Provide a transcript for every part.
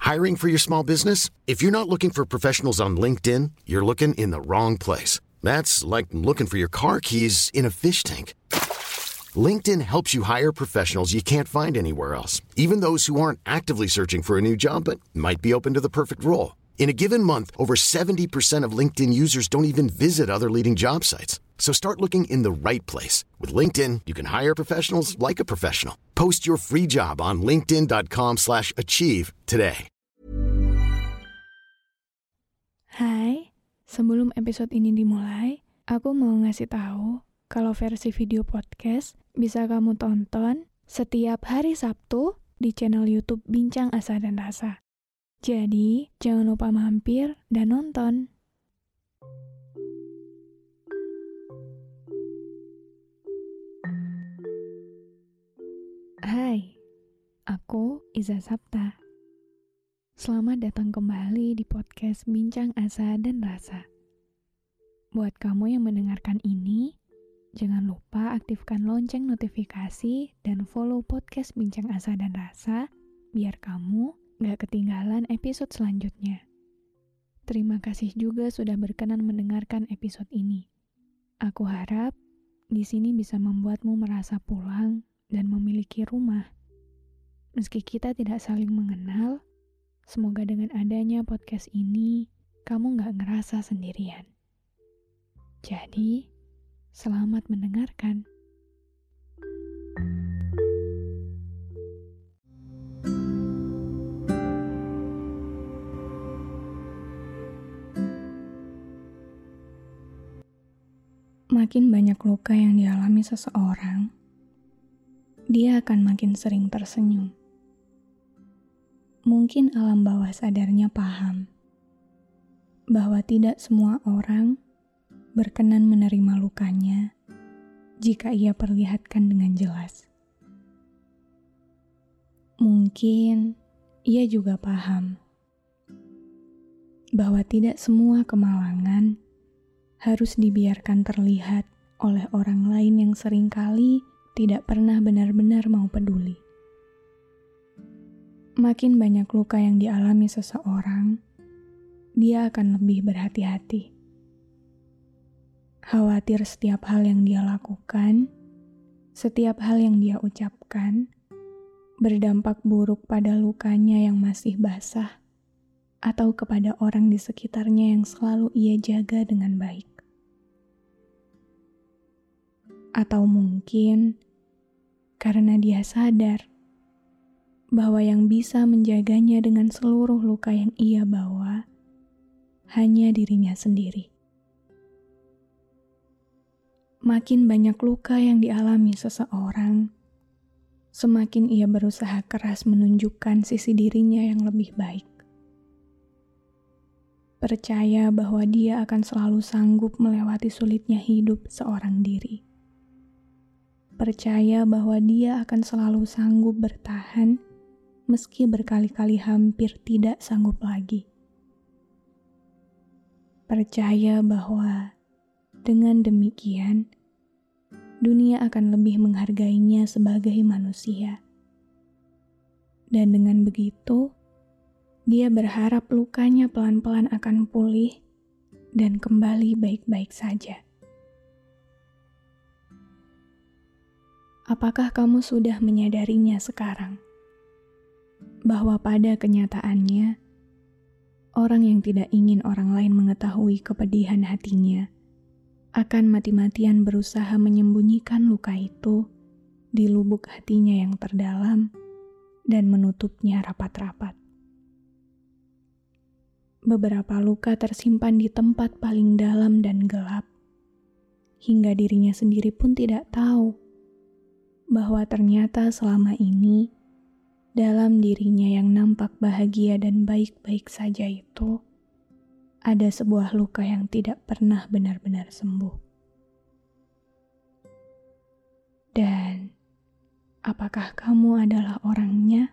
Hiring for your small business? If you're not looking for professionals on LinkedIn, you're looking in the wrong place. That's like looking for your car keys in a fish tank. LinkedIn helps you hire professionals you can't find anywhere else, even those who aren't actively searching for a new job but might be open to the perfect role. In a given month, over 70% of LinkedIn users don't even visit other leading job sites. So start looking in the right place. With LinkedIn, you can hire professionals like a professional. Post your free job on linkedin.com/achieve today. Hai, sebelum episode ini dimulai, aku mau ngasih tahu kalau versi video podcast bisa kamu tonton setiap hari Sabtu di channel YouTube Bincang Asa dan Rasa. Jadi, jangan lupa mampir dan nonton. Hai, aku Iza Sapta. Selamat datang kembali di podcast Bincang Asa dan Rasa. Buat kamu yang mendengarkan ini, jangan lupa aktifkan lonceng notifikasi dan follow podcast Bincang Asa dan Rasa biar kamu gak ketinggalan episode selanjutnya. Terima kasih juga sudah berkenan mendengarkan episode ini. Aku harap di sini bisa membuatmu merasa pulang dan memiliki rumah. Meski kita tidak saling mengenal, semoga dengan adanya podcast ini, kamu gak ngerasa sendirian. Jadi, selamat mendengarkan. Makin banyak luka yang dialami seseorang, dia akan makin sering tersenyum. Mungkin alam bawah sadarnya paham bahwa tidak semua orang berkenan menerima lukanya jika ia perlihatkan dengan jelas. Mungkin ia juga paham bahwa tidak semua kemalangan harus dibiarkan terlihat oleh orang lain yang seringkali tidak pernah benar-benar mau peduli. Makin banyak luka yang dialami seseorang, dia akan lebih berhati-hati. Khawatir setiap hal yang dia lakukan, setiap hal yang dia ucapkan, berdampak buruk pada lukanya yang masih basah, atau kepada orang di sekitarnya yang selalu ia jaga dengan baik. Atau mungkin karena dia sadar bahwa yang bisa menjaganya dengan seluruh luka yang ia bawa hanya dirinya sendiri. Makin banyak luka yang dialami seseorang, semakin ia berusaha keras menunjukkan sisi dirinya yang lebih baik. Percaya bahwa dia akan selalu sanggup melewati sulitnya hidup seorang diri. Percaya bahwa dia akan selalu sanggup bertahan meski berkali-kali hampir tidak sanggup lagi. Percaya bahwa dengan demikian, dunia akan lebih menghargainya sebagai manusia. Dan dengan begitu, dia berharap lukanya pelan-pelan akan pulih dan kembali baik-baik saja. Apakah kamu sudah menyadarinya sekarang? Bahwa pada kenyataannya, orang yang tidak ingin orang lain mengetahui kepedihan hatinya akan mati-matian berusaha menyembunyikan luka itu di lubuk hatinya yang terdalam dan menutupnya rapat-rapat. Beberapa luka tersimpan di tempat paling dalam dan gelap, hingga dirinya sendiri pun tidak tahu bahwa ternyata selama ini dalam dirinya yang nampak bahagia dan baik-baik saja itu ada sebuah luka yang tidak pernah benar-benar sembuh. Dan apakah kamu adalah orangnya?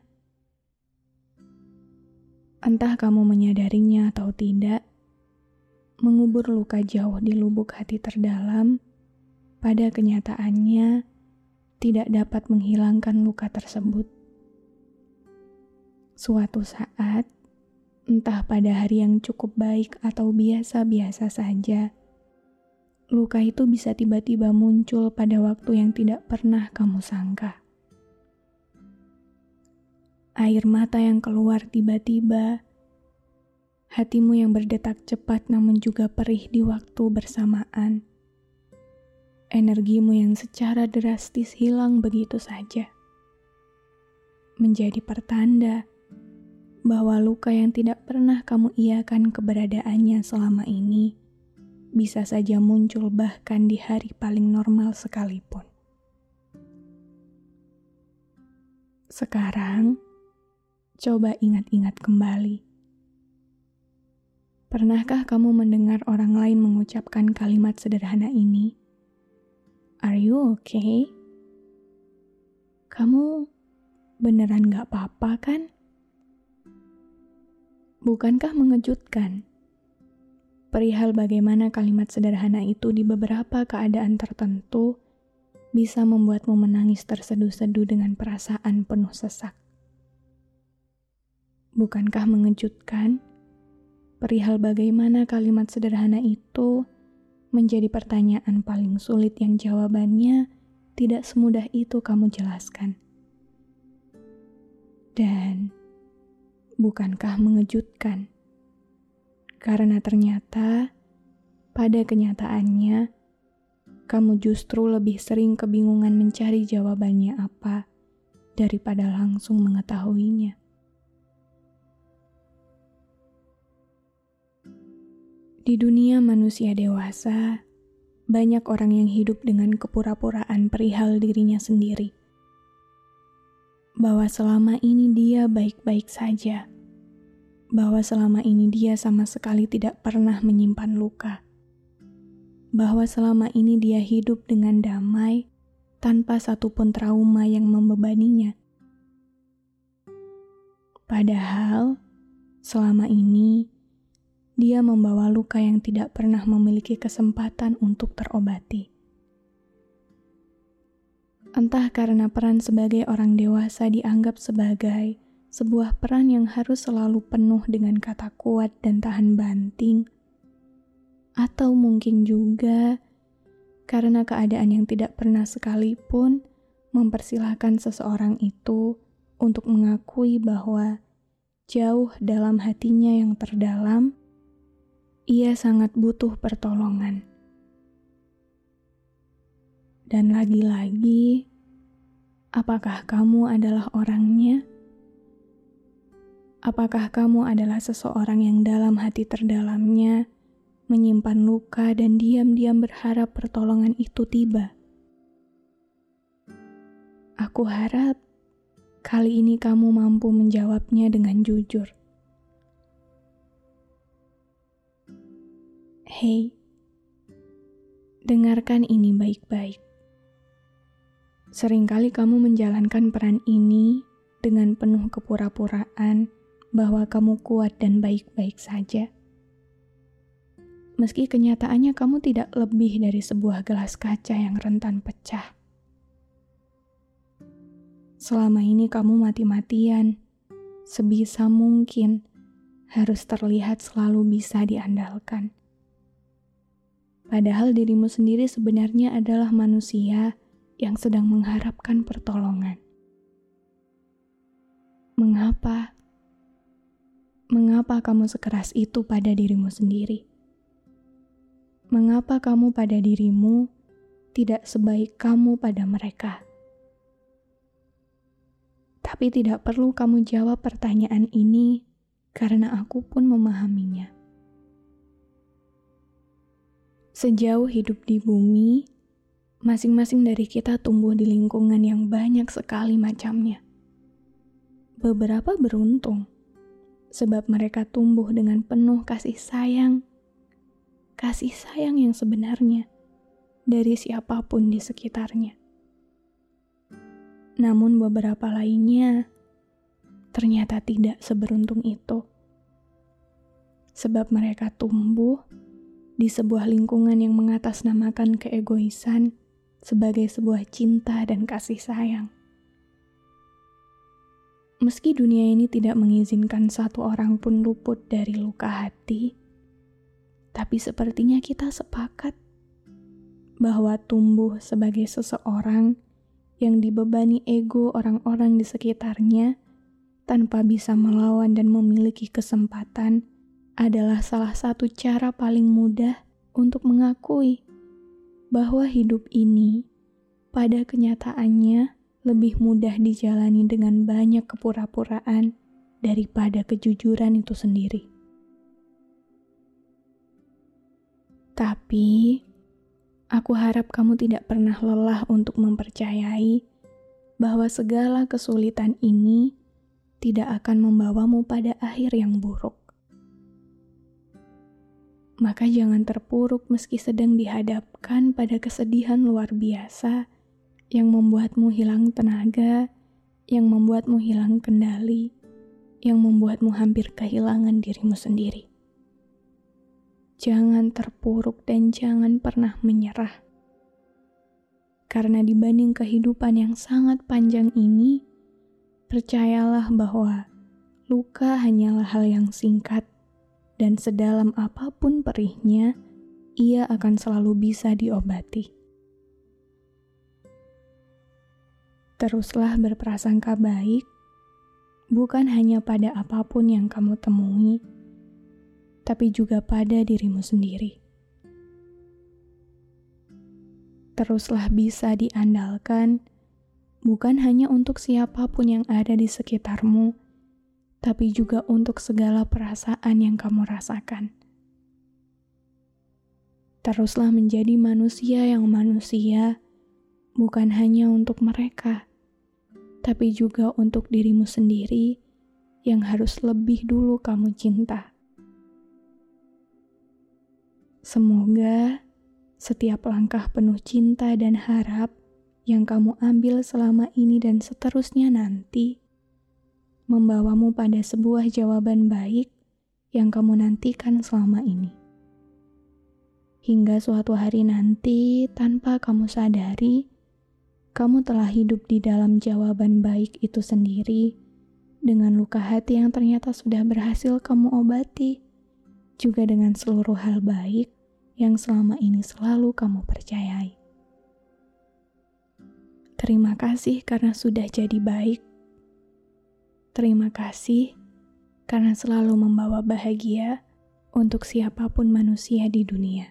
Entah kamu menyadarinya atau tidak, mengubur luka jauh di lubuk hati terdalam pada kenyataannya tidak dapat menghilangkan luka tersebut. Suatu saat, Entah pada hari yang cukup baik atau biasa-biasa saja, luka itu bisa tiba-tiba muncul pada waktu yang tidak pernah kamu sangka. Air mata yang keluar tiba-tiba, hatimu yang berdetak cepat namun juga perih di waktu bersamaan, energimu yang secara drastis hilang begitu saja, menjadi pertanda bahwa luka yang tidak pernah kamu iakan keberadaannya selama ini bisa saja muncul bahkan di hari paling normal sekalipun. Sekarang, coba ingat-ingat kembali. Pernahkah kamu mendengar orang lain mengucapkan kalimat sederhana ini? Are you okay? Kamu beneran gak apa-apa kan? Bukankah mengejutkan? Perihal bagaimana kalimat sederhana itu di beberapa keadaan tertentu bisa membuatmu menangis terseduh-seduh dengan perasaan penuh sesak. Bukankah mengejutkan? Perihal bagaimana kalimat sederhana itu menjadi pertanyaan paling sulit yang jawabannya tidak semudah itu kamu jelaskan. Dan bukankah mengejutkan? Karena ternyata pada kenyataannya kamu justru lebih sering kebingungan mencari jawabannya apa daripada langsung mengetahuinya. Di dunia manusia dewasa, banyak orang yang hidup dengan kepura-puraan perihal dirinya sendiri. Bahwa selama ini dia baik-baik saja. Bahwa selama ini dia sama sekali tidak pernah menyimpan luka. Bahwa selama ini dia hidup dengan damai tanpa satupun trauma yang membebaninya. Padahal, selama ini, dia membawa luka yang tidak pernah memiliki kesempatan untuk terobati. Entah karena peran sebagai orang dewasa dianggap sebagai sebuah peran yang harus selalu penuh dengan kata kuat dan tahan banting, atau mungkin juga karena keadaan yang tidak pernah sekalipun mempersilahkan seseorang itu untuk mengakui bahwa jauh dalam hatinya yang terdalam, ia sangat butuh pertolongan. Dan lagi-lagi, apakah kamu adalah orangnya? Apakah kamu adalah seseorang yang dalam hati terdalamnya menyimpan luka dan diam-diam berharap pertolongan itu tiba? Aku harap kali ini kamu mampu menjawabnya dengan jujur. Hei, dengarkan ini baik-baik. Seringkali kamu menjalankan peran ini dengan penuh kepura-puraan bahwa kamu kuat dan baik-baik saja. Meski kenyataannya kamu tidak lebih dari sebuah gelas kaca yang rentan pecah. Selama ini kamu mati-matian, sebisa mungkin harus terlihat selalu bisa diandalkan. Padahal dirimu sendiri sebenarnya adalah manusia yang sedang mengharapkan pertolongan. Mengapa? Mengapa kamu sekeras itu pada dirimu sendiri? Mengapa kamu pada dirimu tidak sebaik kamu pada mereka? Tapi tidak perlu kamu jawab pertanyaan ini karena aku pun memahaminya. Sejauh hidup di bumi, masing-masing dari kita tumbuh di lingkungan yang banyak sekali macamnya. Beberapa beruntung, sebab mereka tumbuh dengan penuh kasih sayang yang sebenarnya dari siapapun di sekitarnya. Namun beberapa lainnya ternyata tidak seberuntung itu, sebab mereka tumbuh di sebuah lingkungan yang mengatasnamakan keegoisan sebagai sebuah cinta dan kasih sayang. Meski dunia ini tidak mengizinkan satu orang pun luput dari luka hati, tapi sepertinya kita sepakat bahwa tumbuh sebagai seseorang yang dibebani ego orang-orang di sekitarnya tanpa bisa melawan dan memiliki kesempatan adalah salah satu cara paling mudah untuk mengakui bahwa hidup ini pada kenyataannya lebih mudah dijalani dengan banyak kepura-puraan daripada kejujuran itu sendiri. Tapi, aku harap kamu tidak pernah lelah untuk mempercayai bahwa segala kesulitan ini tidak akan membawamu pada akhir yang buruk. Maka jangan terpuruk meski sedang dihadapkan pada kesedihan luar biasa yang membuatmu hilang tenaga, yang membuatmu hilang kendali, yang membuatmu hampir kehilangan dirimu sendiri. Jangan terpuruk dan jangan pernah menyerah. Karena dibanding kehidupan yang sangat panjang ini, percayalah bahwa luka hanyalah hal yang singkat dan sedalam apapun perihnya, ia akan selalu bisa diobati. Teruslah berprasangka baik, bukan hanya pada apapun yang kamu temui, tapi juga pada dirimu sendiri. Teruslah bisa diandalkan, bukan hanya untuk siapapun yang ada di sekitarmu, tapi juga untuk segala perasaan yang kamu rasakan. Teruslah menjadi manusia yang manusia, bukan hanya untuk mereka, tapi juga untuk dirimu sendiri yang harus lebih dulu kamu cinta. Semoga setiap langkah penuh cinta dan harap yang kamu ambil selama ini dan seterusnya nanti membawamu pada sebuah jawaban baik yang kamu nantikan selama ini. Hingga suatu hari nanti, tanpa kamu sadari, kamu telah hidup di dalam jawaban baik itu sendiri dengan luka hati yang ternyata sudah berhasil kamu obati, juga dengan seluruh hal baik yang selama ini selalu kamu percayai. Terima kasih karena sudah jadi baik. Terima kasih karena selalu membawa bahagia untuk siapapun manusia di dunia.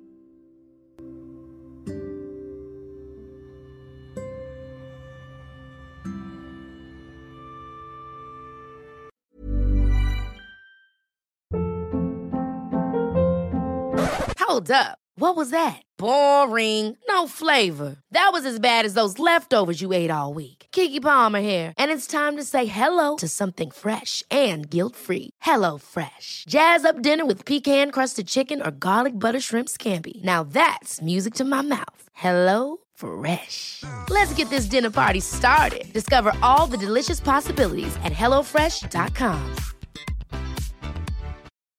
Hold up. What was that? Boring. No flavor. That was as bad as those leftovers you ate all week. Keke Palmer here, and it's time to say hello to something fresh and guilt-free. Hello Fresh. Jazz up dinner with pecan-crusted chicken or garlic butter shrimp scampi. Now that's music to my mouth. Hello Fresh. Let's get this dinner party started. Discover all the delicious possibilities at HelloFresh.com.